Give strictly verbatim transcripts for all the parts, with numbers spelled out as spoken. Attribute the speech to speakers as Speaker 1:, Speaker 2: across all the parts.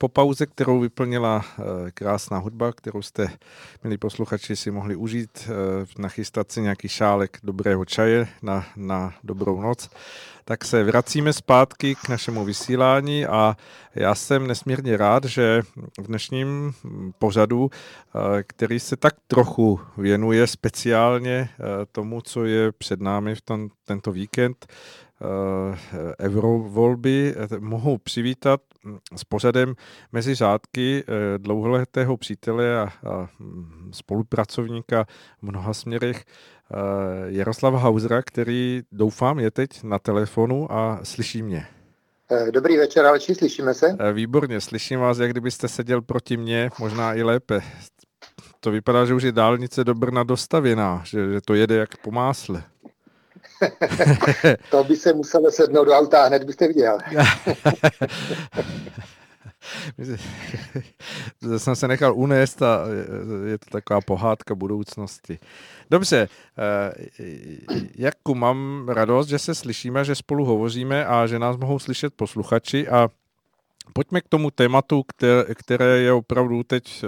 Speaker 1: po pauze, kterou vyplnila krásná hudba, kterou jste, milí posluchači, si mohli užít, nachystat si nějaký šálek dobrého čaje na, na dobrou noc, tak se vracíme zpátky k našemu vysílání a já jsem nesmírně rád, že v dnešním pořadu, který se tak trochu věnuje speciálně tomu, co je před námi v tom, tento víkend, eurovolby, mohu přivítat s pořadem mezi řádky dlouholetého přítele a, a spolupracovníka v mnoha směrech Jaroslava Hausera, který doufám je teď na telefonu a slyší mě.
Speaker 2: Dobrý večer, Aleči, slyšíme se?
Speaker 1: Výborně, slyším vás, jak kdybyste seděl proti mně, možná i lépe. To vypadá, že už je dálnice do Brna dostavěná, že, že to jede jak po másle.
Speaker 2: To by se muselo sednout do auta a hned byste viděl.
Speaker 1: Jsem se nechal unést a je to taková pohádka budoucnosti. Dobře, Jakub, mám radost, že se slyšíme, že spolu hovoříme a že nás mohou slyšet posluchači a pojďme k tomu tématu, které, které je opravdu teď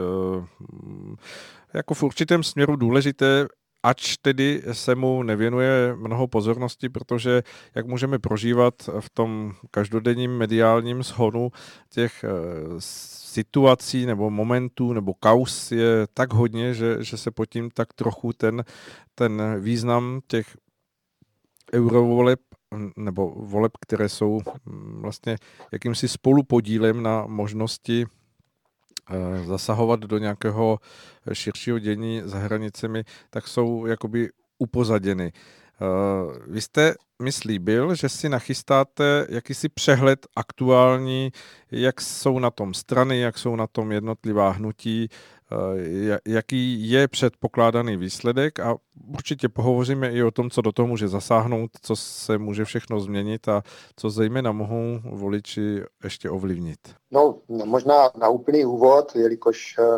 Speaker 1: jako v určitém směru důležité, ač tedy se mu nevěnuje mnoho pozornosti, protože jak můžeme prožívat v tom každodenním mediálním shonu těch situací nebo momentů nebo kauz je tak hodně, že, že se pod tím tak trochu ten, ten význam těch eurovoleb nebo voleb, které jsou vlastně jakýmsi spolupodílem na možnosti zasahovat do nějakého širšího dění za hranicemi, tak jsou jakoby upozaděny. Vy jste mi slíbil, že si nachystáte jakýsi přehled aktuální, jak jsou na tom strany, jak jsou na tom jednotlivá hnutí, jaký je předpokládaný výsledek a určitě pohovoříme i o tom, co do toho může zasáhnout, co se může všechno změnit a co zejména mohou voliči ještě ovlivnit.
Speaker 2: No, možná na úplný úvod, jelikož uh,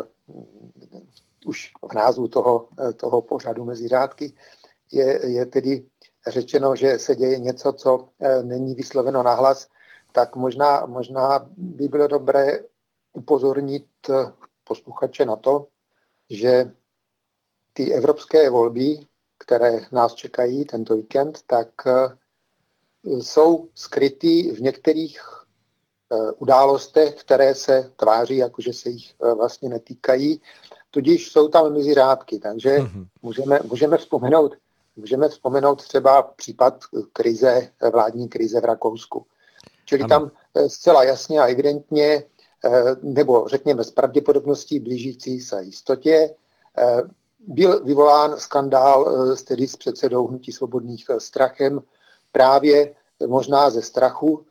Speaker 2: už v názvu toho, toho pořadu mezi řádky je, je tedy řečeno, že se děje něco, co uh, není vysloveno nahlas, tak možná, možná by bylo dobré upozornit uh, posluchače na to, že ty evropské volby, které nás čekají tento víkend, tak uh, jsou skrytý v některých uh, událostech, které se tváří, jakože se jich uh, vlastně netýkají, tudíž jsou tam mezi řádky, takže mm-hmm. můžeme, můžeme vzpomenout Můžeme vzpomenout třeba případ krize, vládní krize v Rakousku. Čili ano. Tam zcela jasně a evidentně, nebo řekněme s pravděpodobností blížící se jistotě, byl vyvolán skandál tedy s předsedou Hnutí svobodných Strachem právě možná ze strachu,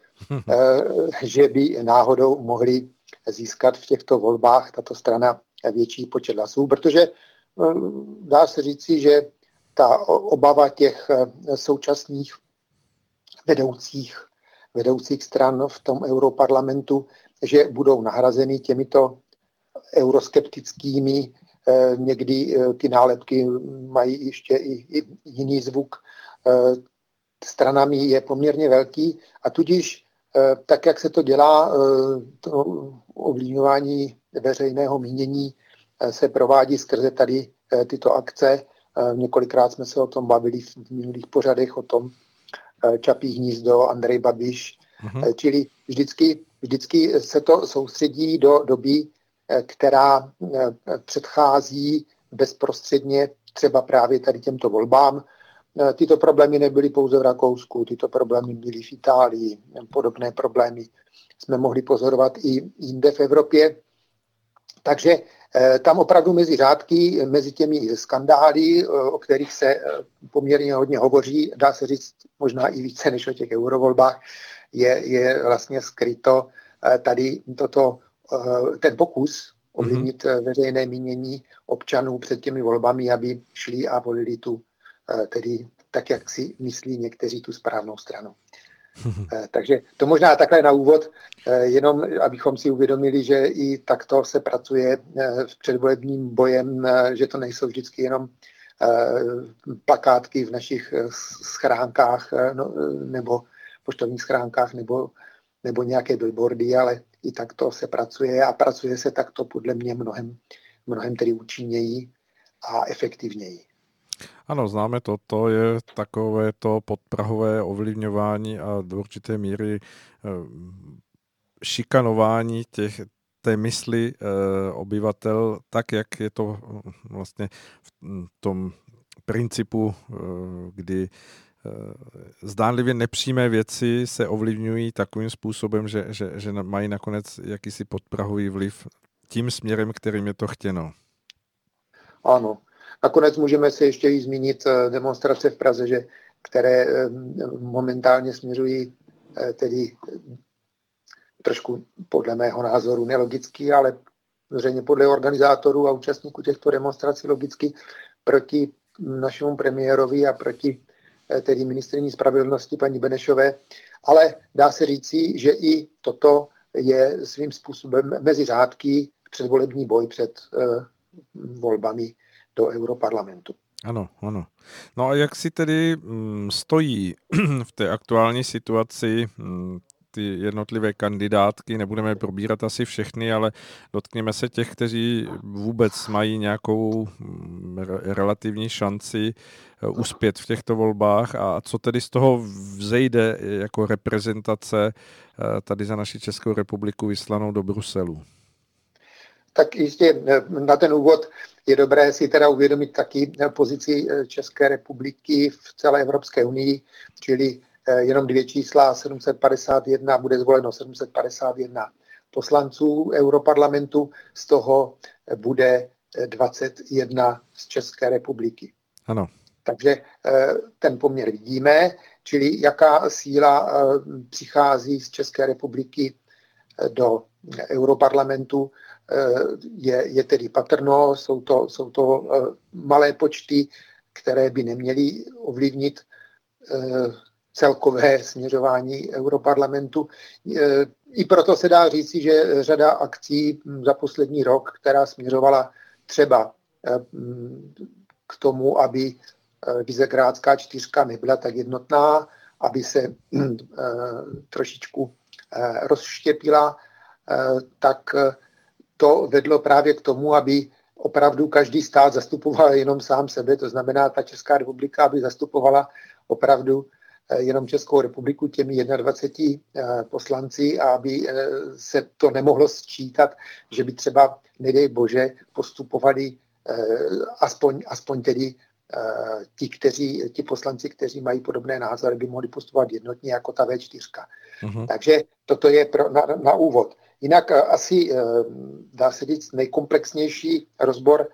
Speaker 2: že by náhodou mohli získat v těchto volbách tato strana větší počet hlasů, protože dá se říci, že ta obava těch současných vedoucích, vedoucích stran v tom europarlamentu, že budou nahrazeny těmito euroskeptickými, někdy ty nálepky mají ještě i, i jiný zvuk, stranami je poměrně velký a tudíž tak, jak se to dělá, to ovlivňování veřejného mínění se provádí skrze tady tyto akce. Několikrát jsme se o tom bavili v minulých pořadech, o tom Čapí hnízdo, Andrej Babiš, uh-huh. Čili vždycky, vždycky se to soustředí do doby, která předchází bezprostředně třeba právě tady těmto volbám. Tyto problémy nebyly pouze v Rakousku, tyto problémy byly v Itálii, podobné problémy jsme mohli pozorovat i jinde v Evropě. Takže tam opravdu mezi řádky, mezi těmi skandály, o kterých se poměrně hodně hovoří, dá se říct možná i více než o těch eurovolbách, je, je vlastně skryto tady toto, ten pokus ovlivnit mm-hmm. veřejné mínění občanů před těmi volbami, aby šli a volili tu, tedy tak, jak si myslí někteří tu správnou stranu. Takže to možná takhle na úvod, jenom abychom si uvědomili, že i takto se pracuje s předvolebním bojem, že to nejsou vždycky jenom plakátky v našich schránkách nebo poštovních schránkách nebo nebo nějaké billboardy, ale i takto se pracuje a pracuje se takto podle mě mnohem, mnohem tedy účinněji a efektivněji.
Speaker 1: Ano, známe to. To je takové to podprahové ovlivňování a do určité míry šikanování těch, té mysli e, obyvatel, tak, jak je to vlastně v tom principu, e, kdy e, zdánlivě nepřímé věci se ovlivňují takovým způsobem, že, že, že mají nakonec jakýsi podprahový vliv tím směrem, kterým je to chtěno.
Speaker 2: Ano. Nakonec můžeme se ještě i zmínit demonstrace v Praze, že, které momentálně směřují tedy trošku podle mého názoru nelogicky, ale zřejmě podle organizátorů a účastníků těchto demonstrací logicky proti našemu premiérovi a proti tedy ministryni spravedlnosti paní Benešové. Ale dá se říci, že i toto je svým způsobem mezi řádky předvolební boj před uh, volbami do Europarlamentu.
Speaker 1: Ano, ano. No a jak si tedy mm, stojí v té aktuální situaci mm, ty jednotlivé kandidátky, nebudeme probírat asi všechny, ale dotkněme se těch, kteří vůbec mají nějakou mm, relativní šanci uh, uspět v těchto volbách a co tedy z toho vzejde jako reprezentace uh, tady za naši Českou republiku vyslanou do Bruselu.
Speaker 2: Tak jistě na ten úvod je dobré si teda uvědomit taky pozici České republiky v celé Evropské unii, čili jenom dvě čísla, sedm set padesát jedna, bude zvoleno sedm set padesát jedna poslanců Europarlamentu, z toho bude dvacet jedna z České republiky.
Speaker 1: Ano.
Speaker 2: Takže ten poměr vidíme, čili jaká síla přichází z České republiky do Europarlamentu, je, je tedy patrno, jsou to, jsou to malé počty, které by neměly ovlivnit celkové směřování Europarlamentu. I proto se dá říci, že řada akcí za poslední rok, která směřovala třeba k tomu, aby Visegrádská čtyřka nebyla tak jednotná, aby se trošičku rozštěpila, tak to vedlo právě k tomu, aby opravdu každý stát zastupoval jenom sám sebe, to znamená, ta Česká republika, aby zastupovala opravdu jenom Českou republiku těmi dvaceti jedna poslanci a aby se to nemohlo sčítat, že by třeba, nedej bože, postupovali aspoň, aspoň tedy ti, kteří, ti poslanci, kteří mají podobné názory, by mohli postupovat jednotně jako ta vé čtyři. Uh-huh. Takže toto je pro, na, na úvod. Jinak asi dá se říct nejkomplexnější rozbor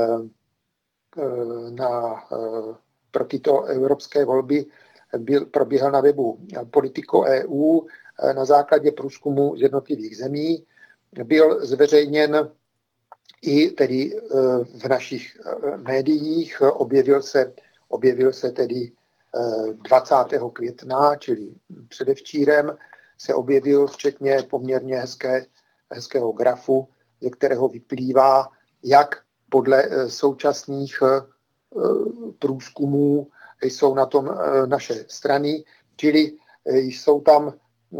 Speaker 2: na, pro tyto evropské volby byl, probíhal na webu Politico tečka e u na základě průzkumu z jednotlivých zemí. Byl zveřejněn i tedy v našich médiích, objevil se, objevil se tedy dvacátého května, čili předevčírem, se objevil včetně poměrně hezké, hezkého grafu, ze kterého vyplývá, jak podle současných průzkumů jsou na tom naše strany, čili jsou tam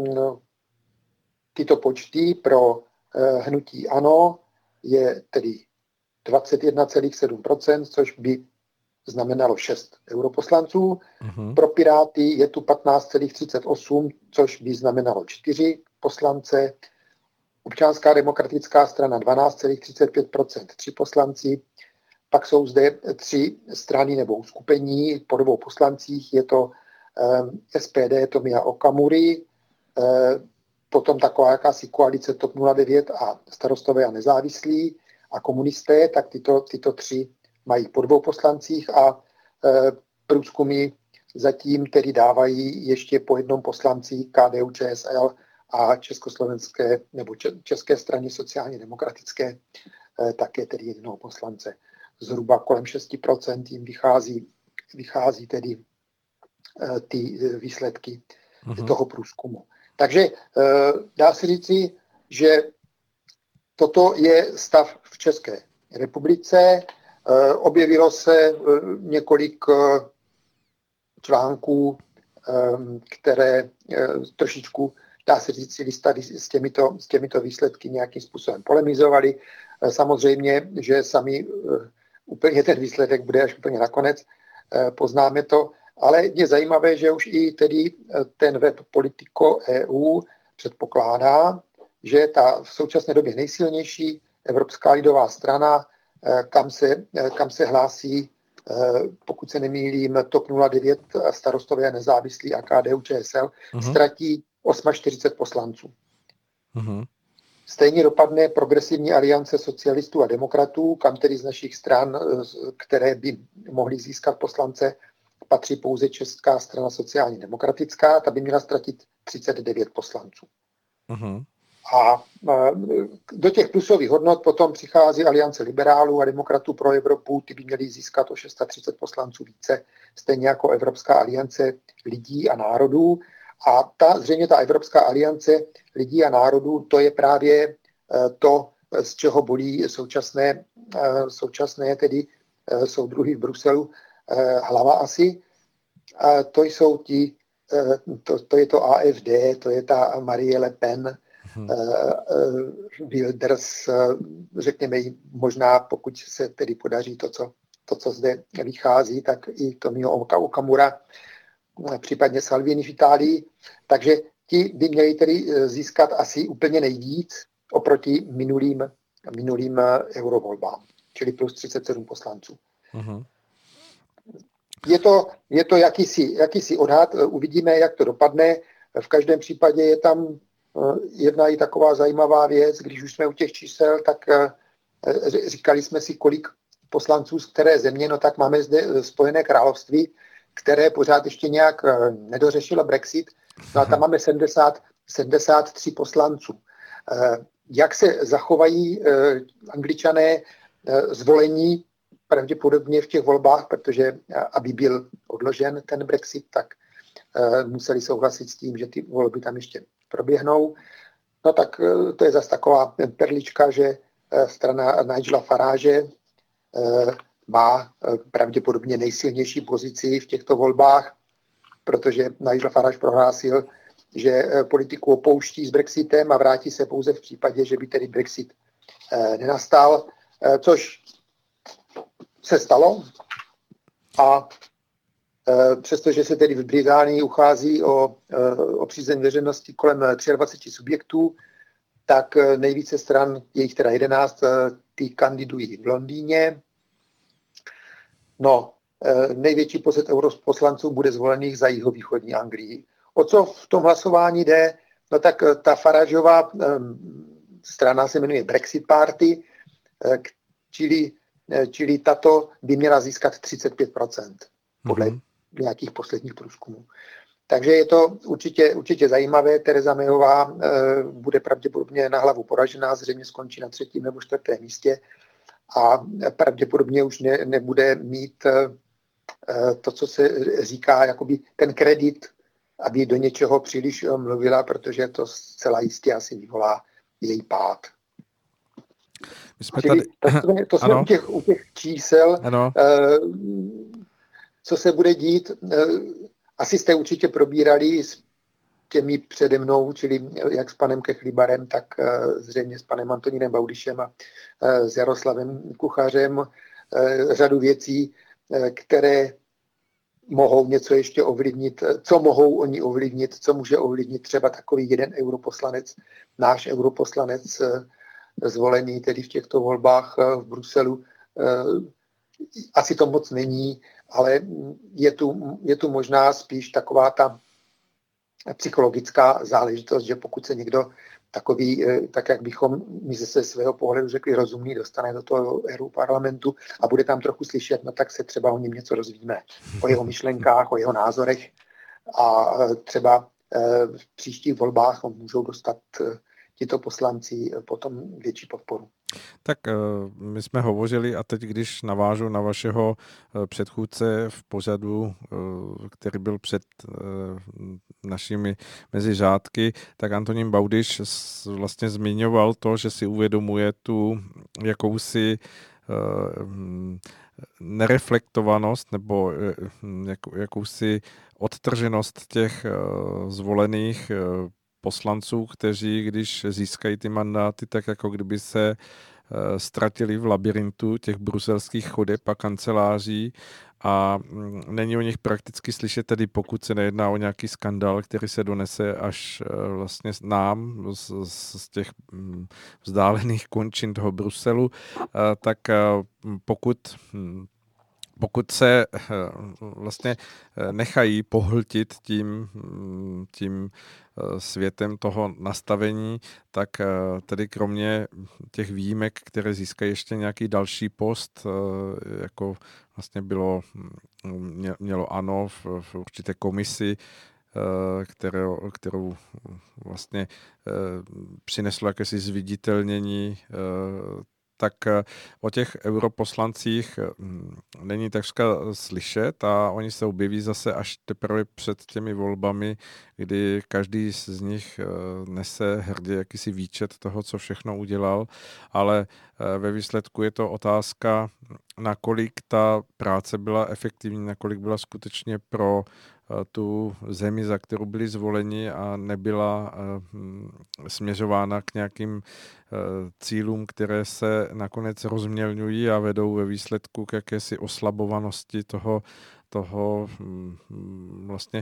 Speaker 2: tyto počty pro hnutí ANO, je tedy dvacet jedna celá sedm procent, což by znamenalo šest europoslanců. Uh-huh. Pro Piráty je tu patnáct celá třicet osm, což by znamenalo čtyři poslance. Občanská demokratická strana dvanáct celá třicet pět procent, tři poslanci. Pak jsou zde tři strany nebo uskupení po dvou poslancích. Je to um, S P D Tomia Okamury, um, potom taková jakási koalice TOP nula devět a Starostové a nezávislí a komunisté, tak tyto, tyto tři mají po dvou poslancích a e, průzkumy zatím tedy dávají ještě po jednom poslanci K D U Č S L a Československé nebo České straně sociálně demokratické e, také tedy jednoho poslance. Zhruba kolem šest procent jim vychází, vychází tedy e, ty výsledky uh-huh. toho průzkumu. Takže e, dá se říci, že toto je stav v České republice. Objevilo se několik článků, které trošičku dá se říct, tady s těmito, s těmito výsledky nějakým způsobem polemizovali. Samozřejmě, že sami úplně ten výsledek bude až úplně nakonec, poznáme to, ale je zajímavé, že už i tedy ten web Politico tečka e u předpokládá, že ta v současné době nejsilnější Evropská lidová strana, kam se, kam se hlásí, pokud se nemýlím, TOP nula devět, Starostové a nezávislí a K D U Č S L, uh-huh. ztratí čtyřicet osm poslanců. Uh-huh. Stejně dopadne Progresivní aliance socialistů a demokratů, kam tedy z našich stran, které by mohly získat poslance, patří pouze Česká strana sociálně demokratická, ta by měla ztratit třicet devět poslanců. Uh-huh. A do těch plusových hodnot potom přichází Aliance liberálů a demokratů pro Evropu, ty by měly získat o třicet šest poslanců více, stejně jako Evropská aliance lidí a národů. A ta, zřejmě ta Evropská aliance lidí a národů, to je právě to, z čeho bolí současné, současné tedy soudruhy v Bruselu hlava asi. A to jsou ti, to, to je to A F D, to je ta Marie Le Pen, Hmm. Wilders, řekněme možná, pokud se tedy podaří to, co, to, co zde vychází, tak i Tomio Okamura, případně Salvini v Itálii. Takže ti by měli tedy získat asi úplně nejvíc oproti minulým, minulým eurovolbám, čili plus třicet sedm poslanců. Hmm. Je to, je to jakýsi, jakýsi odhad, uvidíme, jak to dopadne. V každém případě je tam jedna i taková zajímavá věc, když už jsme u těch čísel, tak říkali jsme si, kolik poslanců z které země, no tak máme zde Spojené království, které pořád ještě nějak nedořešilo Brexit, no a tam máme sedmdesát, sedmdesát tři poslanců. Jak se zachovají Angličané zvolení pravděpodobně v těch volbách, protože aby byl odložen ten Brexit, tak museli souhlasit s tím, že ty volby tam ještě proběhnou. No tak to je zase taková perlička, že strana Nigela Farage má pravděpodobně nejsilnější pozici v těchto volbách, protože Nigel Farage prohlásil, že politiku opouští s Brexitem a vrátí se pouze v případě, že by tedy Brexit nenastal, což se stalo. A přestože se tedy v Británii uchází o, o přízeň veřejnosti kolem dvacet tři subjektů, tak nejvíce stran, je jich teda jedenáct, ty kandidují v Londýně. No, největší počet europoslanců bude zvolených za jihovýchodní Anglii. O co v tom hlasování jde? No tak ta Farageová strana se jmenuje Brexit Party, čili, čili tato by měla získat třicet pět procent podle mm-hmm. nějakých posledních průzkumů. Takže je to určitě, určitě zajímavé. Tereza Mayová e, bude pravděpodobně na hlavu poražená, zřejmě skončí na třetím nebo čtvrtém místě a pravděpodobně už ne, nebude mít e, to, co se říká, jakoby ten kredit, aby do něčeho příliš mluvila, protože to zcela jistě asi vyvolá její pád.
Speaker 1: My jsme tady...
Speaker 2: To jsme, to jsme u, těch, u těch čísel. Ano. E, co se bude dít? E, asi jste určitě probírali s těmi přede mnou, čili jak s panem Kechlibarem, tak uh, zřejmě s panem Antonínem Baudyšem a uh, s Jaroslavem Kuchařem uh, řadu věcí, uh, které mohou něco ještě ovlivnit, co mohou oni ovlivnit, co může ovlivnit třeba takový jeden europoslanec, náš europoslanec uh, zvolený tedy v těchto volbách uh, v Bruselu. Uh, asi to moc není, ale je tu, je tu možná spíš taková ta psychologická záležitost, že pokud se někdo takový, tak jak bychom my ze svého pohledu řekli rozumný, dostane do toho parlamentu a bude tam trochu slyšet, no tak se třeba o něm něco rozvíme, o jeho myšlenkách, o jeho názorech a třeba v příštích volbách můžou dostat tito poslanci potom větší podporu.
Speaker 1: Tak my jsme hovořili a teď, když navážu na vašeho předchůdce v pořadu, který byl před našimi mezi řádky, tak Antonín Baudyš vlastně zmiňoval to, že si uvědomuje tu jakousi nereflektovanost nebo jakousi odtrženost těch zvolených poslanců, kteří, když získají ty mandáty, tak jako kdyby se ztratili v labirintu těch bruselských chodeb a kanceláří a není o nich prakticky slyšet, tedy pokud se nejedná o nějaký skandál, který se donese až vlastně nám z, z těch vzdálených končin toho Bruselu, tak pokud Pokud se vlastně nechají pohltit tím, tím světem toho nastavení, tak tedy kromě těch výjimek, které získají ještě nějaký další post, jako vlastně bylo, mělo ANO v, v určité komisi, kterou, kterou vlastně přineslo jakési zviditelnění, tak o těch europoslancích není takřka slyšet a oni se objeví zase až teprve před těmi volbami, kdy každý z nich nese hrdě jakýsi výčet toho, co všechno udělal, ale ve výsledku je to otázka, nakolik ta práce byla efektivní, nakolik byla skutečně pro tu zemi, za kterou byli zvoleni a nebyla směřována k nějakým cílům, které se nakonec rozmělňují a vedou ve výsledku k jakési oslabovanosti toho, toho vlastně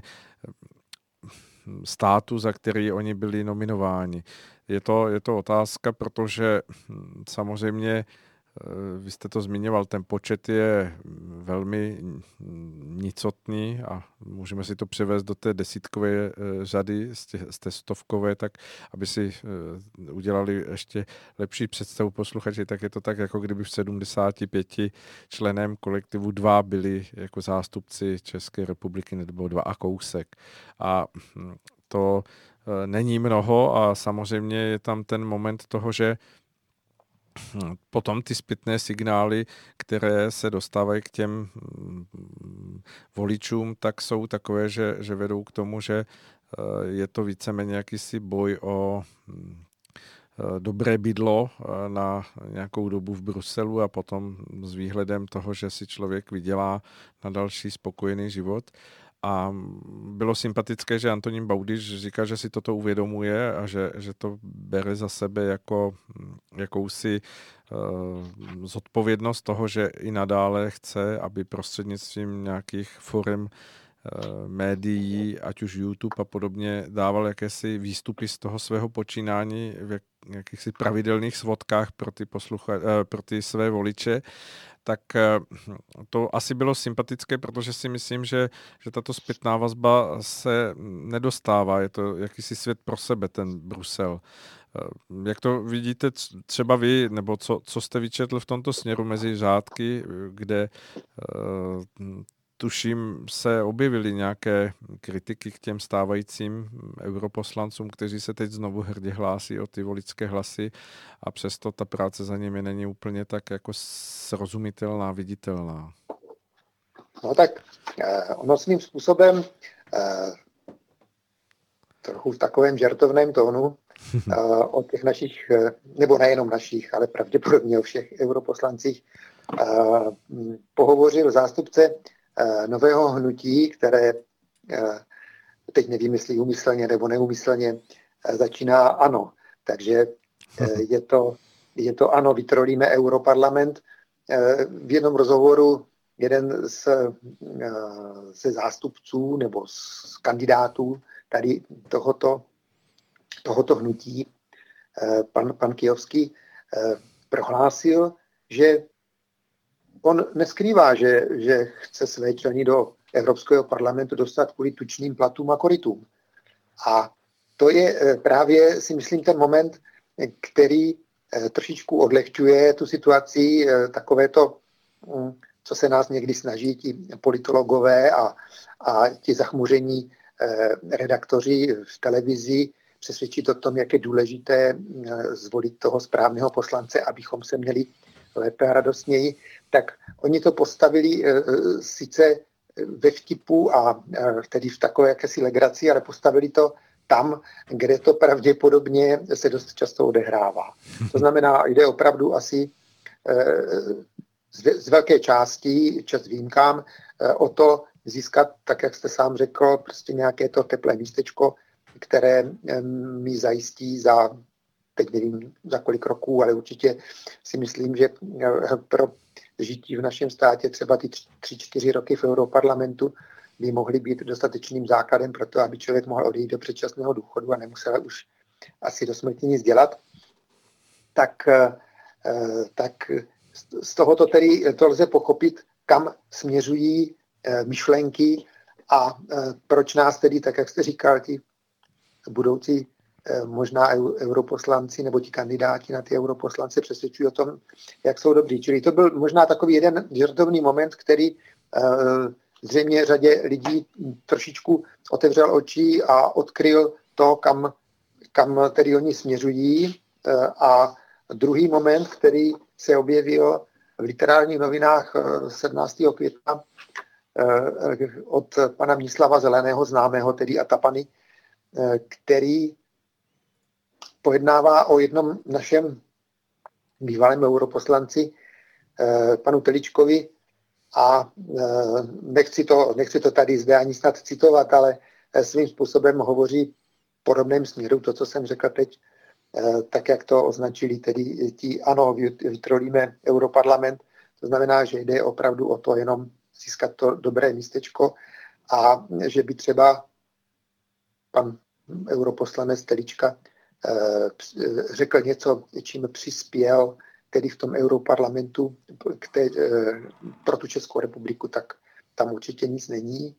Speaker 1: státu, za který oni byli nominováni. Je to, je to otázka, protože samozřejmě vy jste to zmiňoval, ten počet je velmi nicotný a můžeme si to převést do té desítkové řady, z té, z té stovkové, tak aby si udělali ještě lepší představu posluchači, tak je to tak, jako kdyby v sedmdesáti pěti členem kolektivu dva byli jako zástupci České republiky, nebo dva a kousek. A to není mnoho a samozřejmě je tam ten moment toho, že potom ty zpětné signály, které se dostávají k těm voličům, tak jsou takové, že, že vedou k tomu, že je to víceméně jakýsi boj o dobré bydlo na nějakou dobu v Bruselu a potom s výhledem toho, že si člověk vydělá na další spokojený život. A bylo sympatické, že Antonín Baudyš říká, že si toto uvědomuje a že, že to bere za sebe jako jakousi uh, zodpovědnost toho, že i nadále chce, aby prostřednictvím nějakých forem uh, médií, ať už YouTube a podobně, dával jakési výstupy z toho svého počínání v jak, jakýchsi pravidelných svodkách pro ty, poslucha, uh, pro ty své voliče. Tak to asi bylo sympatické, protože si myslím, že, že tato zpětná vazba se nedostává. Je to jakýsi svět pro sebe, ten Brusel. Jak to vidíte třeba vy, nebo co, co jste vyčetl v tomto směru mezi řádky, kde tuším se objevily nějaké kritiky k těm stávajícím europoslancům, kteří se teď znovu hrdě hlásí o ty voličské hlasy a přesto ta práce za nimi není úplně tak jako srozumitelná, viditelná.
Speaker 2: No tak ono svým způsobem eh, trochu v takovém žertovném tónu eh, o těch našich, nebo nejenom našich, ale pravděpodobně o všech europoslancích eh, pohovořil zástupce nového hnutí, které teď nevím, jestli úmyslně nebo neúmyslně začíná ANO. Takže je to, je to ANO, vytrolíme Europarlament. V jednom rozhovoru jeden z, ze zástupců nebo z kandidátů tady tohoto, tohoto hnutí, pan, pan Kyjovský, prohlásil, že on neskrývá, že, že chce své členy do Evropského parlamentu dostat kvůli tučným platům a korytům. A to je právě, si myslím, ten moment, který trošičku odlehčuje tu situaci, takové to, co se nás někdy snaží ti politologové a, a ti zachmuření redaktoři v televizi přesvědčit o tom, jak je důležité zvolit toho správného poslance, abychom se měli lépe a radostněji, tak oni to postavili e, sice ve vtipu a e, tedy v takové jakési legraci, ale postavili to tam, kde to pravděpodobně se dost často odehrává. To znamená, jde opravdu asi e, z, z velké části, čas výjimkám, e, o to získat, tak jak jste sám řekl, prostě nějaké to teplé místečko které mi zajistí za, teď nevím za kolik roků, ale určitě si myslím, že pro žití v našem státě třeba ty tři, čtyři roky v Europarlamentu by mohly být dostatečným základem pro to, aby člověk mohl odejít do předčasného důchodu a nemusel už asi do smrti nic dělat. Tak, tak z tohoto tedy to lze pochopit, kam směřují myšlenky a proč nás tedy, tak jak jste říkal, ti budoucí možná europoslanci nebo ti kandidáti na ty europoslance přesvědčují o tom, jak jsou dobří. Čili to byl možná takový jeden žertovný moment, který zřejmě řadě lidí trošičku otevřel oči a odkryl to, kam, kam tedy oni směřují. A druhý moment, který se objevil v literárních novinách sedmnáctého května od pana Mnislava Zeleného, známého tedy Atapany, který pojednává o jednom našem bývalém europoslanci, panu Teličkovi, a nechci to, nechci to tady zde ani snad citovat, ale svým způsobem hovoří v podobném směru, to, co jsem řekl teď, tak, jak to označili tedy ti, ano, vytrolíme Europarlament, to znamená, že jde opravdu o to jenom získat to dobré místečko a že by třeba pan europoslanec Telička řekl něco, čím přispěl tedy v tom Europarlamentu k té, pro tu Českou republiku, tak tam určitě nic není.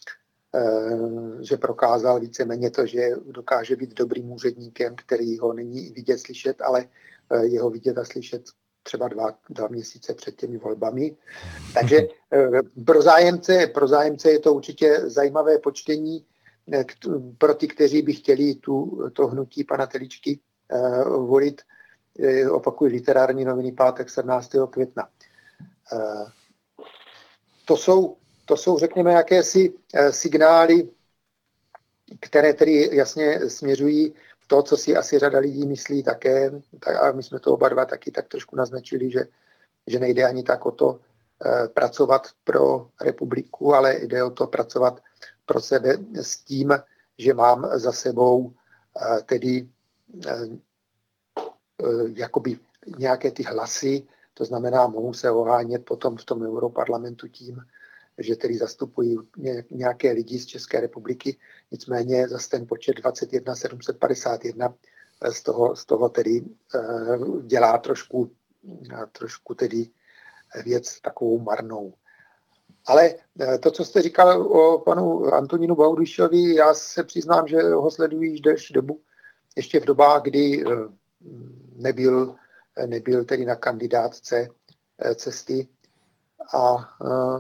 Speaker 2: Že prokázal víceméně to, že dokáže být dobrým úředníkem, který ho není vidět, slyšet, ale jeho vidět a slyšet třeba dva, dva měsíce před těmi volbami. Takže pro zájemce, pro zájemce je to určitě zajímavé počtení pro ty, kteří by chtěli tu, to hnutí pana Teličky volit. Opakuju, literární noviny pátek sedmnáctého května. To jsou, to jsou, řekněme, jakési signály, které tedy jasně směřují v to, co si asi řada lidí myslí také, a my jsme to oba dva taky tak trošku naznačili, že, že nejde ani tak o to pracovat pro republiku, ale jde o to pracovat pro sebe s tím, že mám za sebou tedy jakoby nějaké ty hlasy, to znamená, mohu se ohánět potom v tom Europarlamentu tím, že tedy zastupují nějaké lidi z České republiky, nicméně zase ten počet dvacet jedna sedm set padesát jedna z toho, z toho tedy dělá trošku, trošku tedy věc takovou marnou. Ale to, co jste říkal o panu Antonínu Baudyšovi, já se přiznám, že ho sleduji již delší dobu, ještě v dobách, kdy nebyl, nebyl tedy na kandidátce cesty a uh,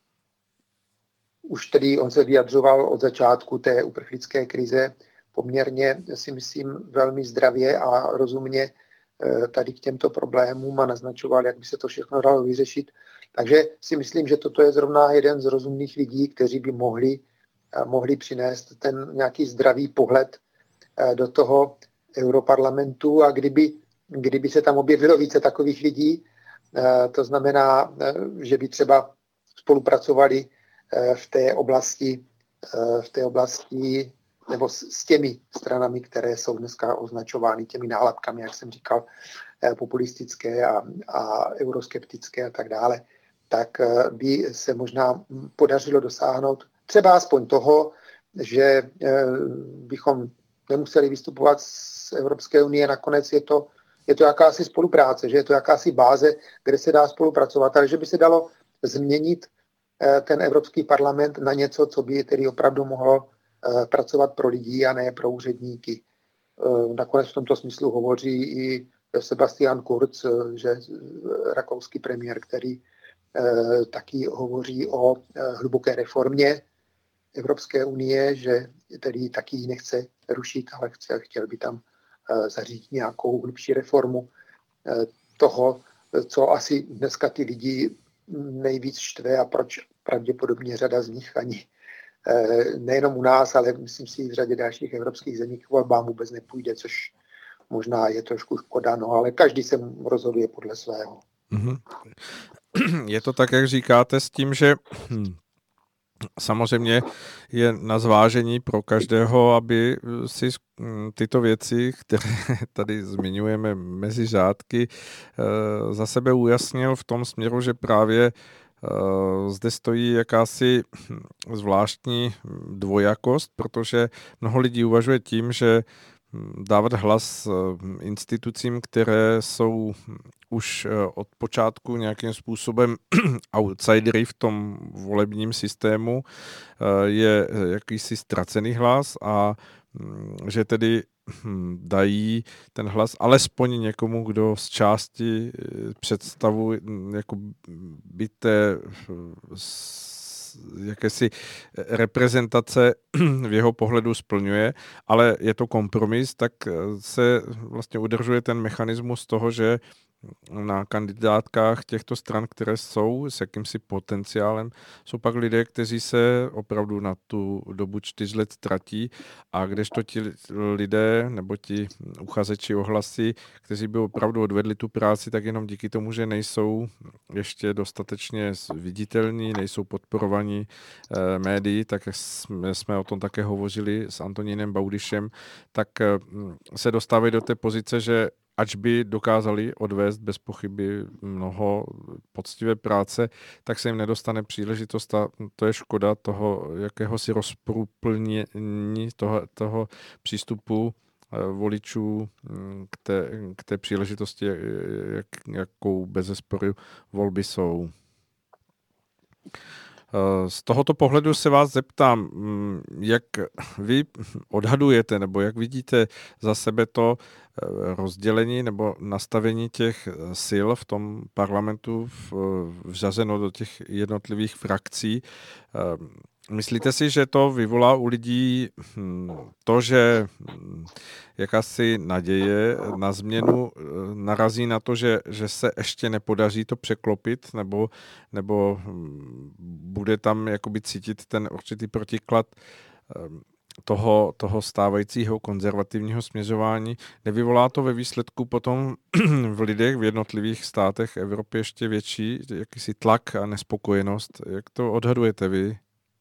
Speaker 2: už tedy on se vyjadřoval od začátku té uprchlické krize poměrně, si myslím, velmi zdravě a rozumně uh, tady k těmto problémům a naznačoval, jak by se to všechno dalo vyřešit. Takže si myslím, že toto je zrovna jeden z rozumných lidí, kteří by mohli, uh, mohli přinést ten nějaký zdravý pohled uh, do toho Europarlamentu a kdyby, kdyby se tam objevilo více takových lidí, to znamená, že by třeba spolupracovali v té oblasti, v té oblasti nebo s těmi stranami, které jsou dneska označovány těmi nálepkami, jak jsem říkal, populistické a, a euroskeptické a tak dále, tak by se možná podařilo dosáhnout třeba aspoň toho, že bychom nemuseli vystupovat z Evropské unie, nakonec je to, je to jakási spolupráce, že je to jakási báze, kde se dá spolupracovat, ale že by se dalo změnit ten Evropský parlament na něco, co by tedy opravdu mohlo pracovat pro lidi a ne pro úředníky. Nakonec v tomto smyslu hovoří i Sebastian Kurz, že rakouský premiér, který taky hovoří o hluboké reformě Evropské unie, že tedy taky ji nechce rušit, ale chce, chtěl by tam zařídit nějakou hlubší reformu toho, co asi dneska ty lidi nejvíc štve a proč pravděpodobně řada z nich ani nejenom u nás, ale myslím si i v řadě dalších evropských zemí k volbám vůbec nepůjde, což možná je trošku škoda, no, ale každý se rozhoduje podle svého.
Speaker 1: Mm-hmm. Je to tak, jak říkáte, s tím, že hm, Samozřejmě je na zvážení pro každého, aby si tyto věci, které tady zmiňujeme mezi řádky, za sebe ujasnil v tom směru, že právě zde stojí jakási zvláštní dvojakost, protože mnoho lidí uvažuje tím, že dávat hlas institucím, které jsou už od počátku nějakým způsobem outsidery v tom volebním systému, je jakýsi ztracený hlas a že tedy dají ten hlas alespoň někomu, kdo z části představu jako by té jakési reprezentace v jeho pohledu splňuje, ale je to kompromis, tak se vlastně udržuje ten mechanismus toho, že na kandidátkách těchto stran, které jsou s jakýmsi potenciálem, jsou pak lidé, kteří se opravdu na tu dobu čtyř let ztratí a kdežto ti lidé nebo ti uchazeči o hlasy, kteří by opravdu odvedli tu práci, tak jenom díky tomu, že nejsou ještě dostatečně viditelní, nejsou podporovaní eh, médií, tak jsme, jsme o tom také hovořili s Antonínem Baudyšem, tak eh, se dostávají do té pozice, že ač by dokázali odvést bez pochyby mnoho poctivé práce, tak se jim nedostane příležitost a to je škoda toho jakéhosi rozprůplnění toho, toho přístupu voličů k té, k té příležitosti, jak, jakou bezesporu volby jsou. Z tohoto pohledu se vás zeptám, jak vy odhadujete nebo jak vidíte za sebe to rozdělení nebo nastavení těch sil v tom parlamentu vřazeno do těch jednotlivých frakcí. Myslíte si, že to vyvolá u lidí to, že jakási naděje na změnu narazí na to, že, že se ještě nepodaří to překlopit, nebo, nebo bude tam jakoby cítit ten určitý protiklad toho, toho stávajícího konzervativního směřování? Nevyvolá to ve výsledku potom v lidech v jednotlivých státech Evropy ještě větší jakýsi tlak a nespokojenost? Jak to odhadujete vy?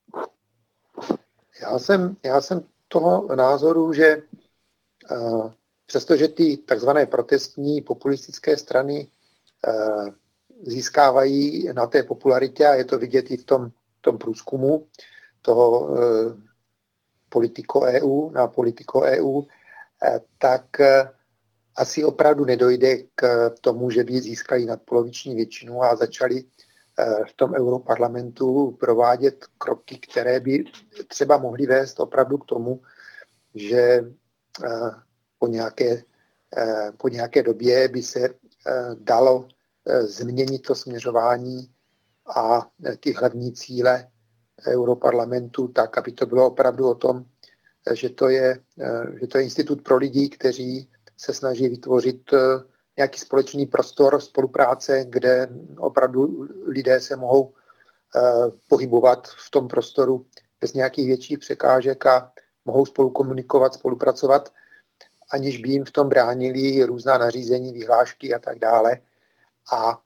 Speaker 2: Já jsem, já jsem toho názoru, že uh, přestože ty takzvané protestní populistické strany uh, získávají na té popularitě, a je to vidět i v tom, tom průzkumu toho uh, Politico E U, na Politico E U, uh, tak uh, asi opravdu nedojde k tomu, že by získali nadpoloviční většinu a začali v tom europarlamentu provádět kroky, které by třeba mohly vést opravdu k tomu, že po nějaké, po nějaké době by se dalo změnit to směřování a ty hlavní cíle europarlamentu tak, aby to bylo opravdu o tom, že to je, že to je institut pro lidi, kteří se snaží vytvořit nějaký společný prostor spolupráce, kde opravdu lidé se mohou uh, pohybovat v tom prostoru bez nějakých větších překážek a mohou spolu komunikovat, spolupracovat, aniž by jim v tom bránili různá nařízení, vyhlášky a tak dále. A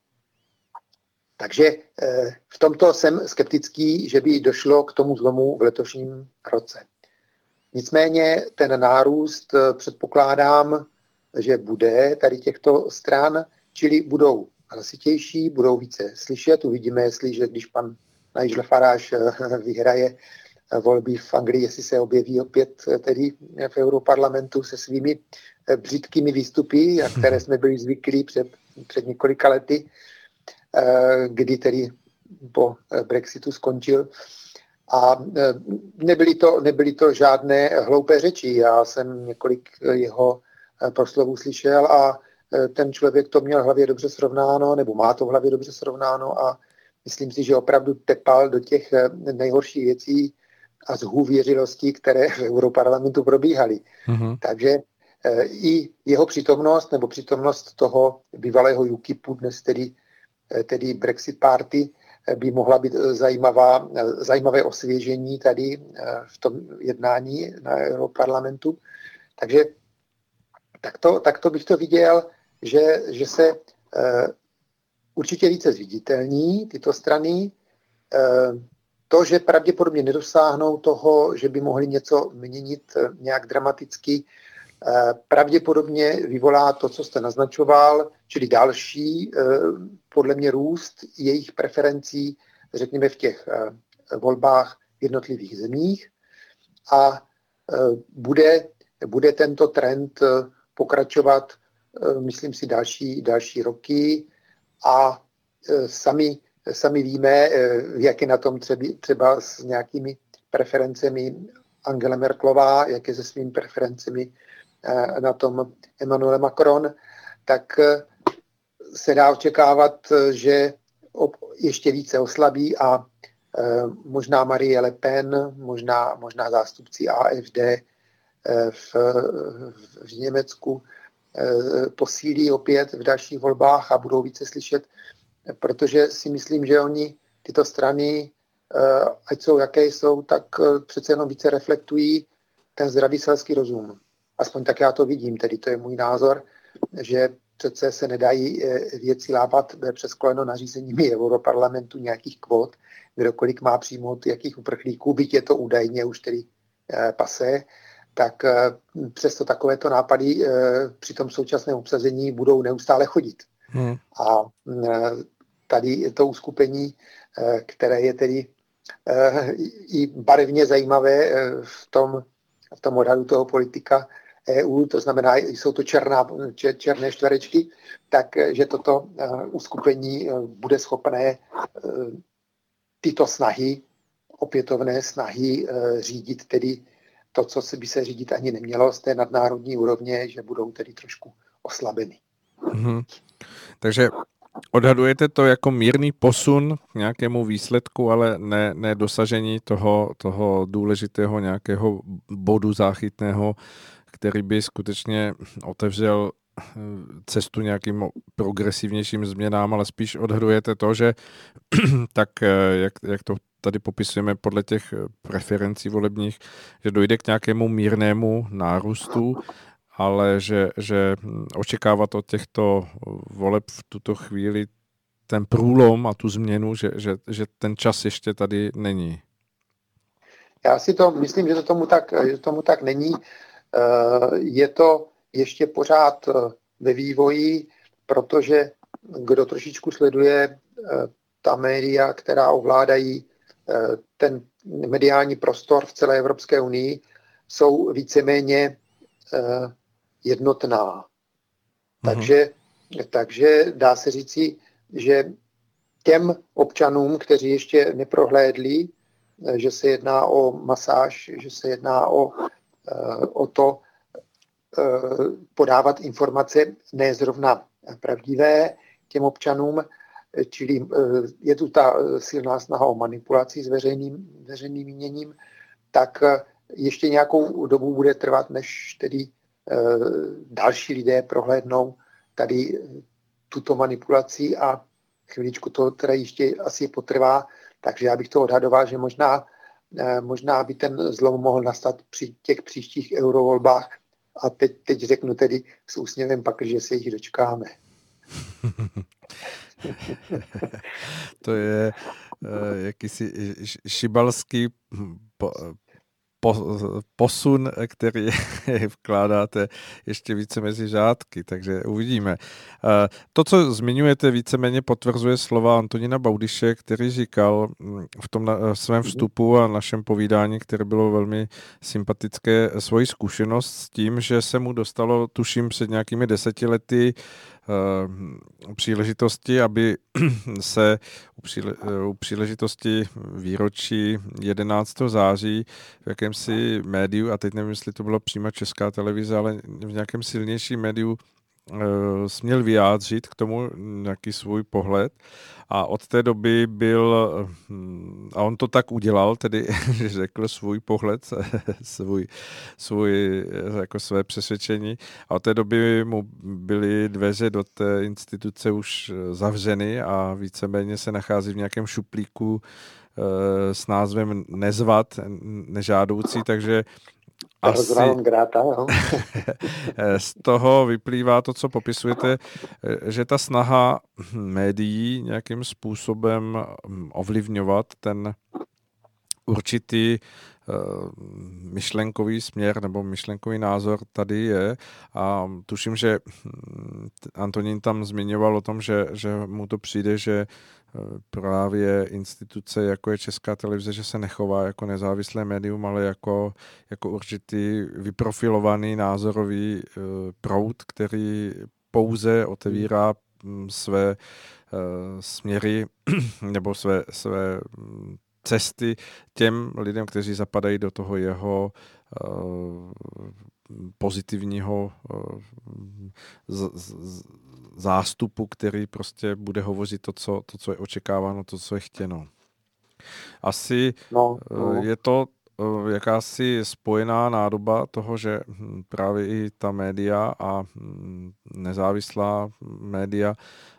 Speaker 2: takže uh, v tomto jsem skeptický, že by došlo k tomu zlomu v letošním roce. Nicméně ten nárůst uh, předpokládám, že bude tady těchto stran, čili budou hlasitější, budou více slyšet. Uvidíme, jestli, že když pan Nigel Farage vyhraje volby v Anglii, jestli se objeví opět tedy v Europarlamentu se svými břitkými výstupy, které jsme byli zvyklí před, před několika lety, kdy tedy po Brexitu skončil. A nebyly to, nebyly to žádné hloupé řeči. Já jsem několik jeho proslovů slyšel a ten člověk to měl v hlavě dobře srovnáno, nebo má to v hlavě dobře srovnáno a myslím si, že opravdu tepal do těch nejhorších věcí a zhůvěřilostí, které v Europarlamentu probíhaly. Mm-hmm. Takže i jeho přítomnost, nebo přítomnost toho bývalého UKIPu, dnes tedy, tedy Brexit Party, by mohla být zajímavá, zajímavé osvěžení tady v tom jednání na Europarlamentu. Takže Tak to, tak to bych to viděl, že, že se uh, určitě více zviditelní tyto strany. Uh, to, že pravděpodobně nedosáhnou toho, že by mohli něco měnit nějak dramaticky, pravděpodobně vyvolá to, co jste naznačoval, čili další, podle mě, růst jejich preferencí, řekněme, v těch volbách v jednotlivých zemích a bude, bude tento trend pokračovat, myslím si, další, další roky a sami, sami víme, jak je na tom třeba, třeba s nějakými preferencemi Angela Merkelová, jak je se svými preferencemi na tom Emmanuel Macron, tak se dá očekávat, že ještě více oslabí a možná Marie Le Pen, možná, možná zástupci A F D v, v Německu posílí opět v dalších volbách a budou více slyšet, protože si myslím, že oni tyto strany, ať jsou jaké jsou, tak přece jenom více reflektují ten zdravý selský rozum. Aspoň tak já to vidím, tedy to je můj názor, že přece se nedají věci lápat přes koleno nařízeními Europarlamentu nějakých kvót, kdokoliv má přijmout jakých uprchlíků, byť je to údajně už tedy pasé, tak přesto takovéto nápady při tom současném obsazení budou neustále chodit. Hmm. A tady to uskupení, které je tedy i barevně zajímavé v tom, v tom odhadu toho politika E U, to znamená, jsou to černá, černé čtverečky, takže toto uskupení bude schopné tyto snahy, opětovné snahy řídit tedy to, co by se řídit ani nemělo z té nadnárodní úrovně, že budou tedy trošku oslabeny.
Speaker 1: Mm-hmm. Takže odhadujete to jako mírný posun k nějakému výsledku, ale ne, ne dosažení toho, toho důležitého nějakého bodu záchytného, který by skutečně otevřel cestu nějakým progresivnějším změnám, ale spíš odhadujete to, že tak, jak, jak to tady popisujeme podle těch preferencí volebních, že dojde k nějakému mírnému nárůstu, ale že, že očekávat od těchto voleb v tuto chvíli ten průlom a tu změnu, že, že, že ten čas ještě tady není.
Speaker 2: Já si to myslím, že to tomu tak, že tomu tak není. Je to ještě pořád ve vývoji, protože kdo trošičku sleduje ta média, která ovládají ten mediální prostor v celé Evropské unii, jsou víceméně jednotná. Mhm. Takže, takže dá se říci, že těm občanům, kteří ještě neprohlédli, že se jedná o masáž, že se jedná o, o to podávat informace ne zrovna pravdivé těm občanům, čili je tu ta silná snaha o manipulaci s veřejným, veřejným míněním, tak ještě nějakou dobu bude trvat, než tedy další lidé prohlédnou tady tuto manipulaci a chviličku to teda ještě asi potrvá, takže já bych to odhadoval, že možná, možná by ten zlom mohl nastat při těch příštích eurovolbách a teď, teď řeknu tedy s úsměvem pak, že se jich dočkáme.
Speaker 1: To je uh, jakýsi šibalský po, po, posun, který vkládáte ještě více mezi řádky, takže uvidíme. Uh, to, co zmiňujete, víceméně potvrzuje slova Antonína Baudyše, který říkal v tom na, svém vstupu a našem povídání, které bylo velmi sympatické, svoji zkušenost s tím, že se mu dostalo, tuším, před nějakými deseti lety příležitosti, aby se u příležitosti výročí jedenáctého září v jakémsi médiu, a teď nevím, jestli to byla přímo Česká televize, ale v nějakém silnějším médiu směl vyjádřit k tomu nějaký svůj pohled a od té doby byl, a on to tak udělal, tedy řekl svůj pohled, svůj, svůj, jako své přesvědčení a od té doby mu byly dveře do té instituce už zavřeny a víceméně se nachází v nějakém šuplíku s názvem nezvat, nežádoucí, takže asi z toho vyplývá to, co popisujete, že ta snaha médií nějakým způsobem ovlivňovat ten určitý myšlenkový směr nebo myšlenkový názor tady je a tuším, že Antonín tam zmiňoval o tom, že, že mu to přijde, že právě instituce, jako je Česká televize, že se nechová jako nezávislé médium, ale jako, jako určitý vyprofilovaný názorový proud, který pouze otevírá své směry nebo své, své cesty těm lidem, kteří zapadají do toho jeho uh, pozitivního uh, z, z, zástupu, který prostě bude hovořit to co, to, co je očekáváno, to, co je chtěno. Asi no, no. je to uh, jakási spojená nádoba toho, že hm, právě i ta média a hm, nezávislá média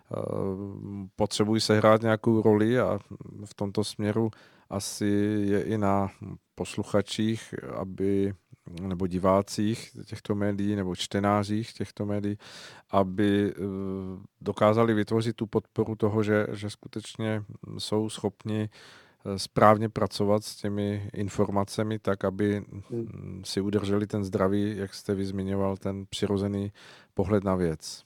Speaker 1: potřebují sehrát nějakou roli a v tomto směru asi je i na posluchačích, aby, nebo divácích těchto médií, nebo čtenářích těchto médií, aby dokázali vytvořit tu podporu toho, že, že skutečně jsou schopni správně pracovat s těmi informacemi tak, aby si udrželi ten zdravý, jak jste vy zmiňoval, ten přirozený pohled na věc.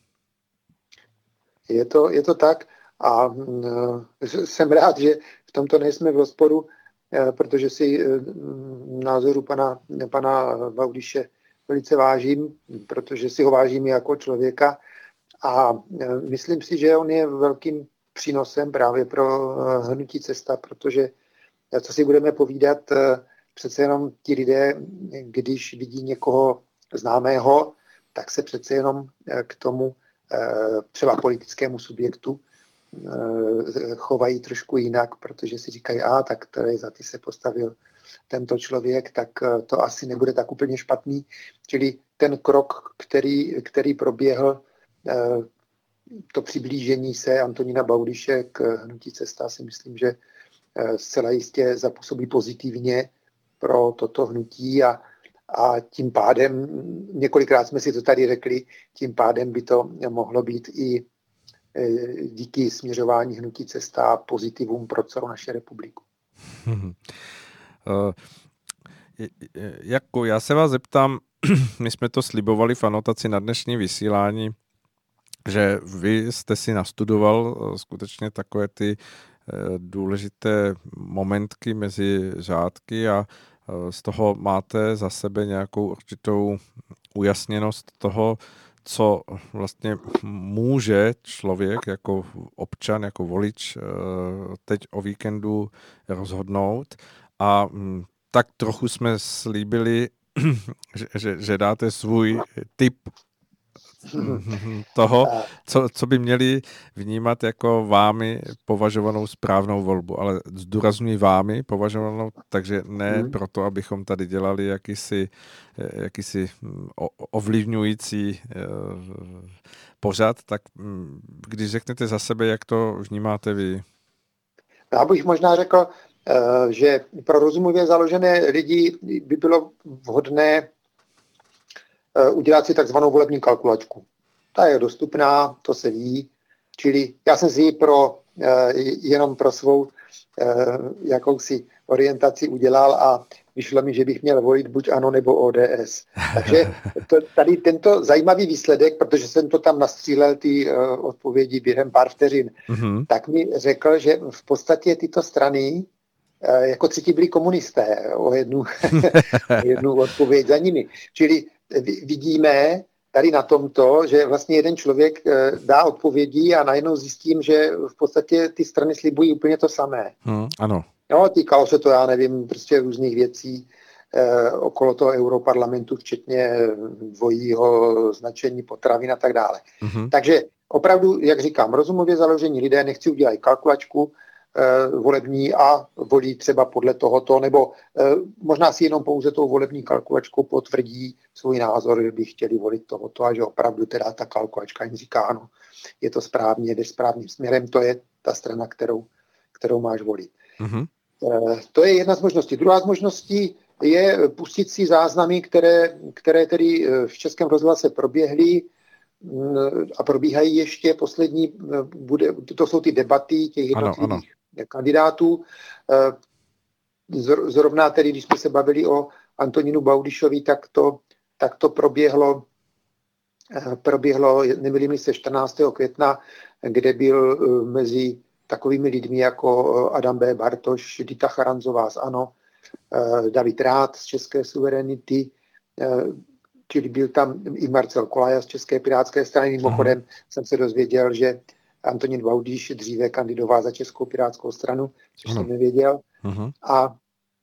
Speaker 2: Je to, je to tak a uh, jsem rád, že v tomto nejsme v rozporu, uh, protože si uh, názoru pana, pana Baudyše velice vážím, protože si ho vážím jako člověka a uh, myslím si, že on je velkým přínosem právě pro uh, hnutí Cesta, protože uh, co si budeme povídat, uh, přece jenom ti lidé, když vidí někoho známého, tak se přece jenom uh, k tomu třeba politickému subjektu chovají trošku jinak, protože si říkají, a tak tady za ty se postavil tento člověk, tak to asi nebude tak úplně špatný. Čili ten krok, který, který proběhl, to přiblížení se Antonína Baudyše k hnutí Cesta, si myslím, že zcela jistě zapůsobí pozitivně pro toto hnutí a A tím pádem, několikrát jsme si to tady řekli, tím pádem by to mohlo být i díky směřování hnutí Cesta pozitivum pro celou naši republiku.
Speaker 1: Hmm. Uh, jako já se vás zeptám, my jsme to slibovali v anotaci na dnešní vysílání, že vy jste si nastudoval skutečně takové ty důležité momentky mezi řádky a z toho máte za sebe nějakou určitou ujasněnost toho, co vlastně může člověk jako občan, jako volič teď o víkendu rozhodnout. A tak trochu jsme slíbili, že, že, že dáte svůj tip toho, co, co by měli vnímat jako vámi považovanou správnou volbu, ale zdůrazňuji vámi považovanou, takže ne hmm. proto, abychom tady dělali jakýsi, jakýsi ovlivňující pořad, tak když řeknete za sebe, jak to vnímáte vy?
Speaker 2: Já bych možná řekl, že pro rozumově založené lidi by bylo vhodné udělat si takzvanou volební kalkulačku. Ta je dostupná, to se ví, čili já jsem si ji pro, jenom pro svou jakousi orientaci udělal a vyšlo mi, že bych měl volit buď ANO nebo O D S. Takže to, tady tento zajímavý výsledek, protože jsem to tam nastřílel ty odpovědi během pár vteřin, mm-hmm. tak mi řekl, že v podstatě tyto strany jako třetí byli komunisté o jednu, o jednu odpověď za nimi. Čili vidíme tady na tomto, že vlastně jeden člověk dá odpovědi a najednou zjistím, že v podstatě ty strany slibují úplně to samé.
Speaker 1: Hmm, ano.
Speaker 2: No, týkalo se to, já nevím, prostě různých věcí eh, okolo toho europarlamentu, včetně dvojího značení potravin a tak dále. Hmm. Takže opravdu, jak říkám, rozumově založení lidé nechci udělat kalkulačku eh, volební a volí třeba podle tohoto, nebo eh, možná si jenom pouze tou volební kalkulačkou potvrdí svůj názor, že by chtěli volit tohoto a že opravdu teda ta kalkulačka jim říká, ano, je to správně, jdeš správným směrem, to je ta strana, kterou, kterou máš volit. Mm-hmm. To je jedna z možností. Druhá z možností je pustit si záznamy, které, které tedy v Českém rozhlase proběhly a probíhají ještě poslední, bude, to jsou ty debaty těch jednotlivých ano, ano. kandidátů. zrovna tedy, když jsme se bavili o Antonínu Baudyšovi, tak to, tak to proběhlo, proběhlo, nemýlím se, čtrnáctého května, kde byl mezi takovými lidmi jako Adam B. Bartoš, Dita Charanzová z ANO, David Rád z České suverenity, čili byl tam i Marcel Kolaja z České pirátské strany. Mimochodem uh-huh. jsem se dozvěděl, že Antonín Baudyš dříve kandidoval za Českou pirátskou stranu, což uh-huh. jsem nevěděl. Uh-huh. A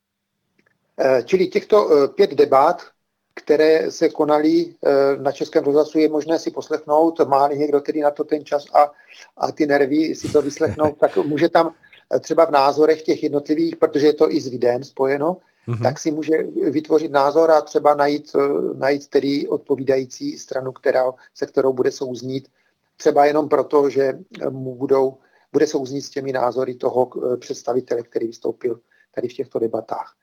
Speaker 2: čili těchto pět debat, které se konaly na Českém rozhlasu, je možné si poslechnout. Má někdo tedy na to ten čas a, a ty nervy si to vyslechnout, tak může tam třeba v názorech těch jednotlivých, protože je to i s videem spojeno, mm-hmm. tak si může vytvořit názor a třeba najít, najít tedy odpovídající stranu, která, se kterou bude souznít. Třeba jenom proto, že mu budou, bude souznít s těmi názory toho představitele, který vystoupil tady v těchto debatách.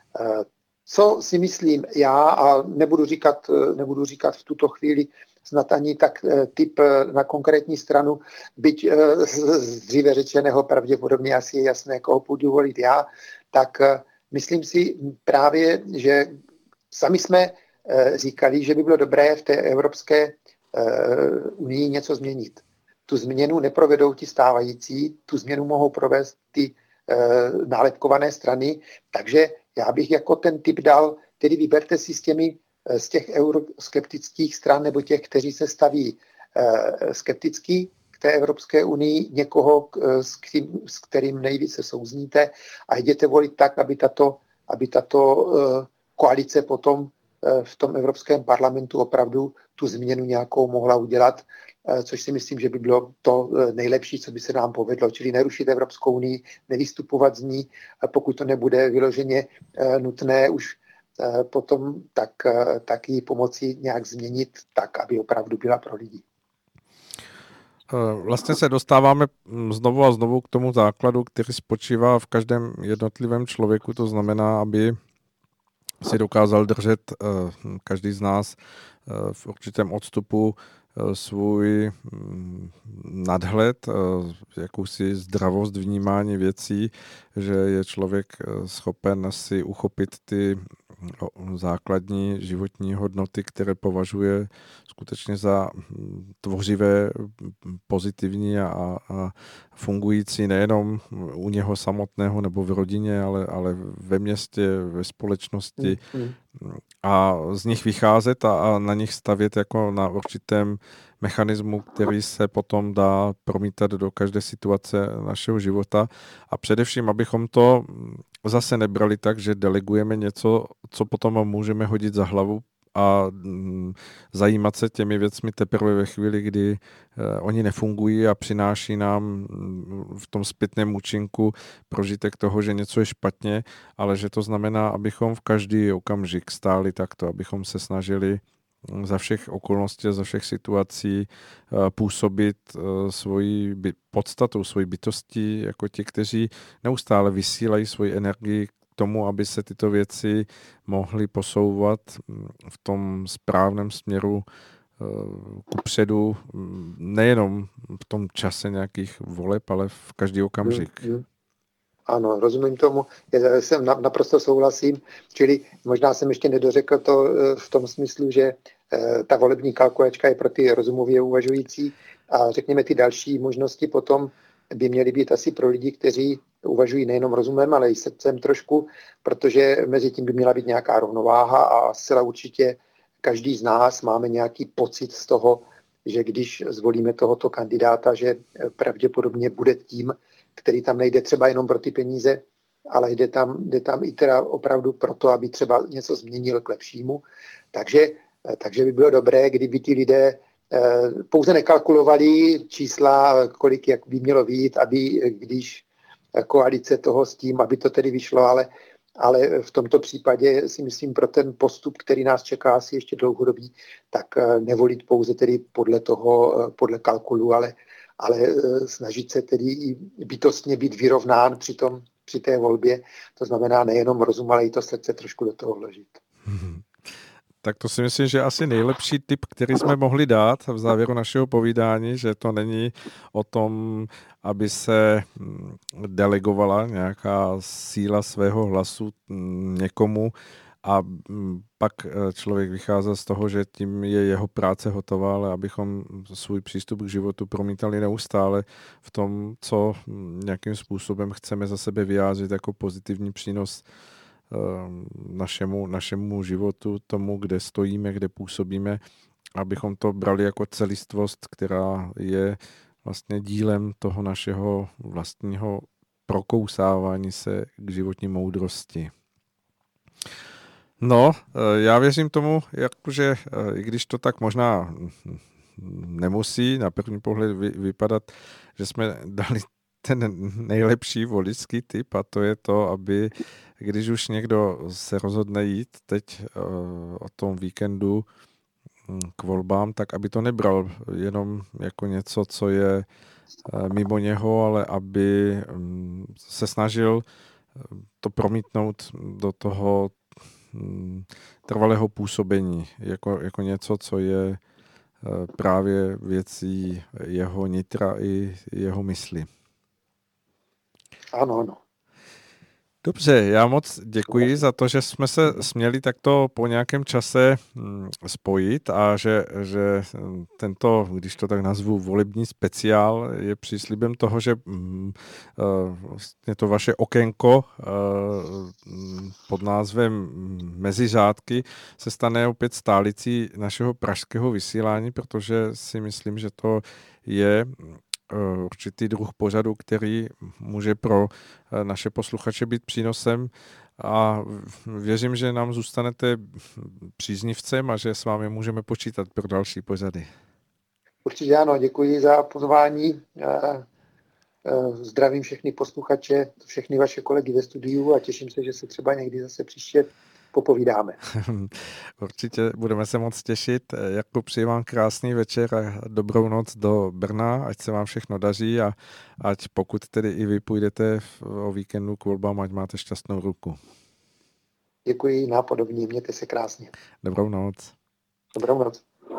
Speaker 2: Co si myslím já, a nebudu říkat, nebudu říkat v tuto chvíli snad ani tak typ na konkrétní stranu, byť z dříve řečeného pravděpodobně asi je jasné, koho půjdu volit já, tak myslím si právě, že sami jsme říkali, že by bylo dobré v té Evropské unii něco změnit. Tu změnu neprovedou ti stávající, tu změnu mohou provést ty nálepkované strany, takže já bych jako ten tip dal, tedy vyberte si s těmi z těch euroskeptických stran nebo těch, kteří se staví skepticky k té Evropské unii, někoho, s kterým, s kterým nejvíce souzníte a jděte volit tak, aby tato, aby tato koalice potom v tom Evropském parlamentu opravdu tu změnu nějakou mohla udělat, což si myslím, že by bylo to nejlepší, co by se nám povedlo, čili nerušit Evropskou unii, nevystupovat z ní, pokud to nebude vyloženě nutné už potom, tak, tak jí pomoci nějak změnit tak, aby opravdu byla pro lidi.
Speaker 1: Vlastně se dostáváme znovu a znovu k tomu základu, který spočívá v každém jednotlivém člověku, to znamená, aby si dokázal držet každý z nás v určitém odstupu svůj nadhled, jakousi zdravost vnímání věcí, že je člověk schopen si uchopit ty základní životní hodnoty, které považuje skutečně za tvořivé, pozitivní a, a fungující nejenom u něho samotného nebo v rodině, ale, ale ve městě, ve společnosti mm. a z nich vycházet a, a na nich stavět jako na určitém mechanismu, který se potom dá promítat do každé situace našeho života a především, abychom to zase nebrali tak, že delegujeme něco, co potom můžeme hodit za hlavu a zajímat se těmi věcmi teprve ve chvíli, kdy oni nefungují a přináší nám v tom zpětném účinku prožitek toho, že něco je špatně, ale že to znamená, abychom v každý okamžik stáli takto, abychom se snažili za všech okolností, za všech situací působit svojí podstatou, svojí bytostí, jako ti, kteří neustále vysílají svoji energii k tomu, aby se tyto věci mohly posouvat v tom správném směru kupředu, nejenom v tom čase nějakých voleb, ale v každý okamžik.
Speaker 2: Hmm, hmm. Ano, rozumím tomu, já jsem naprosto souhlasím, čili možná jsem ještě nedořekl to v tom smyslu, že ta volební kalkulačka je pro ty rozumově uvažující a řekněme ty další možnosti potom by měly být asi pro lidi, kteří uvažují nejenom rozumem, ale i srdcem trošku, protože mezi tím by měla být nějaká rovnováha a zcela určitě každý z nás máme nějaký pocit z toho, že když zvolíme tohoto kandidáta, že pravděpodobně bude tím, který tam nejde třeba jenom pro ty peníze, ale jde tam, jde tam i teda opravdu proto, aby třeba něco změnil k lepšímu. Takže, takže by bylo dobré, kdyby ty lidé pouze nekalkulovali čísla, kolik jak by mělo vyjít, aby když koalice toho s tím, aby to tedy vyšlo, ale, ale v tomto případě si myslím pro ten postup, který nás čeká asi ještě dlouhodobý, tak nevolit pouze tedy podle toho, podle kalkulu, ale ale snažit se tedy bytostně být vyrovnán při, tom, při té volbě. To znamená nejenom rozum, ale i to srdce trošku do toho vložit.
Speaker 1: Tak to si myslím, že asi nejlepší tip, který jsme mohli dát v závěru našeho povídání, že to není o tom, aby se delegovala nějaká síla svého hlasu někomu a pak člověk vycházel z toho, že tím je jeho práce hotová, ale abychom svůj přístup k životu promítali neustále v tom, co nějakým způsobem chceme za sebe vyjádřit jako pozitivní přínos našemu, našemu životu, tomu, kde stojíme, kde působíme, abychom to brali jako celistvost, která je vlastně dílem toho našeho vlastního prokousávání se k životní moudrosti. No, já věřím tomu, jakože, i když to tak možná nemusí na první pohled vypadat, že jsme dali ten nejlepší voličský tip, a to je to, aby když už někdo se rozhodne jít teď o tom víkendu k volbám, tak aby to nebral jenom jako něco, co je mimo něho, ale aby se snažil to promítnout do toho trvalého působení, jako, jako něco, co je právě věcí jeho nitra i jeho mysli.
Speaker 2: Ano, ano.
Speaker 1: Dobře, já moc děkuji za to, že jsme se směli takto po nějakém čase spojit a že, že tento, když to tak nazvu, volební speciál je příslibem toho, že vlastně to vaše okénko pod názvem Mezi řádky se stane opět stálicí našeho pražského vysílání, protože si myslím, že to je určitý druh pořadu, který může pro naše posluchače být přínosem, a věřím, že nám zůstanete příznivcem a že s vámi můžeme počítat pro další pořady.
Speaker 2: Určitě ano, děkuji za pozvání. Zdravím všechny posluchače, všechny vaše kolegy ve studiu a těším se, že se třeba někdy zase příště popovídáme.
Speaker 1: Určitě budeme se moc těšit. Jakub, přeji vám krásný večer a dobrou noc do Brna, ať se vám všechno daří a ať pokud tedy i vy půjdete o víkendu k volbám, ať máte šťastnou ruku.
Speaker 2: Děkuji, nápodobně, mějte se krásně.
Speaker 1: Dobrou noc.
Speaker 2: Dobrou noc.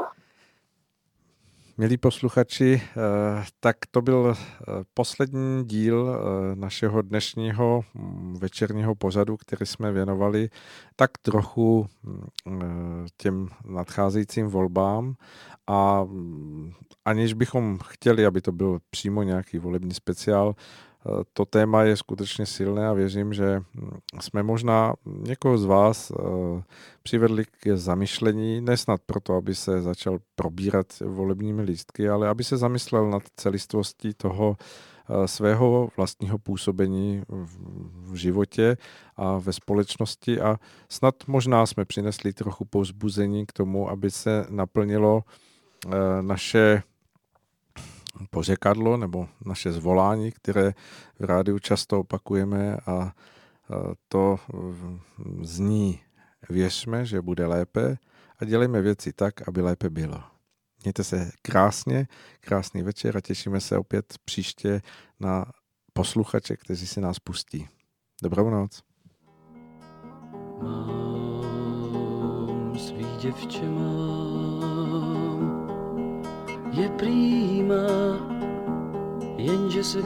Speaker 1: Milí posluchači, tak to byl poslední díl našeho dnešního večerního pořadu, který jsme věnovali tak trochu těm nadcházejícím volbám, a aniž bychom chtěli, aby to byl přímo nějaký volební speciál, to téma je skutečně silné a věřím, že jsme možná někoho z vás přivedli k zamyšlení, nesnad proto, aby se začal probírat volebními lístky, ale aby se zamyslel nad celistvostí toho svého vlastního působení v životě a ve společnosti, a snad možná jsme přinesli trochu povzbuzení k tomu, aby se naplnilo naše pořekadlo nebo naše zvolání, které v rádiu často opakujeme, a to zní: věřme, že bude lépe, a dělejme věci tak, aby lépe bylo. Mějte se krásně, krásný večer a těšíme se opět příště na posluchače, kteří si nás pustí. Dobrou noc.
Speaker 3: Mám svý děvče, mám, je prýma, jenže se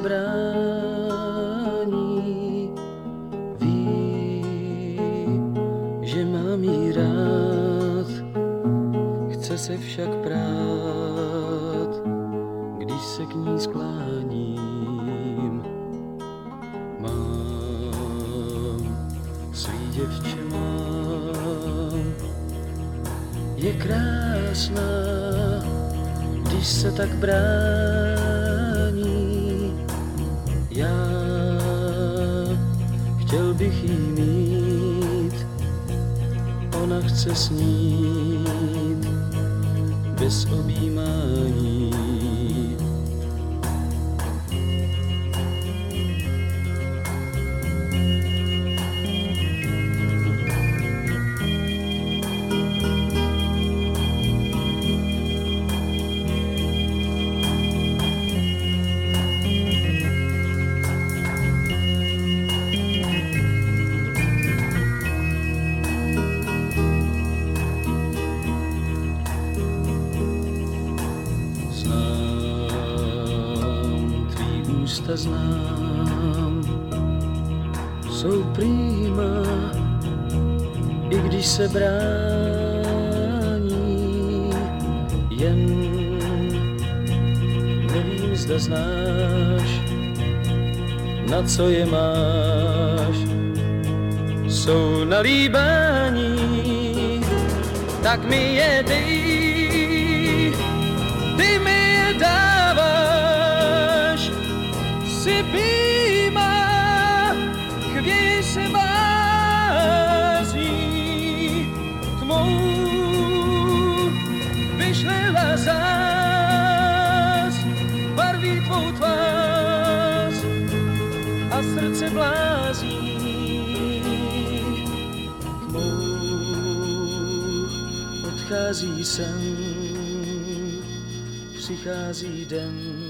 Speaker 3: brání. Ví, že mám jí rád, chce se však prát, když se k ní skláním. Mám svý děvče, mám, je krásná, když se tak brání. Já chtěl bych jí mít, ona chce snít bez objímání. ústa znám, jsou prýma, i když se brání, jen nevím, zda znáš, na co je máš, jsou na líbání, tak mi je dej, ty mi je dáváš, si píma, chvěj se vází, tmou vyšlela zás, barví tvou tvář a srdce blází. Odchází sen, přichází den.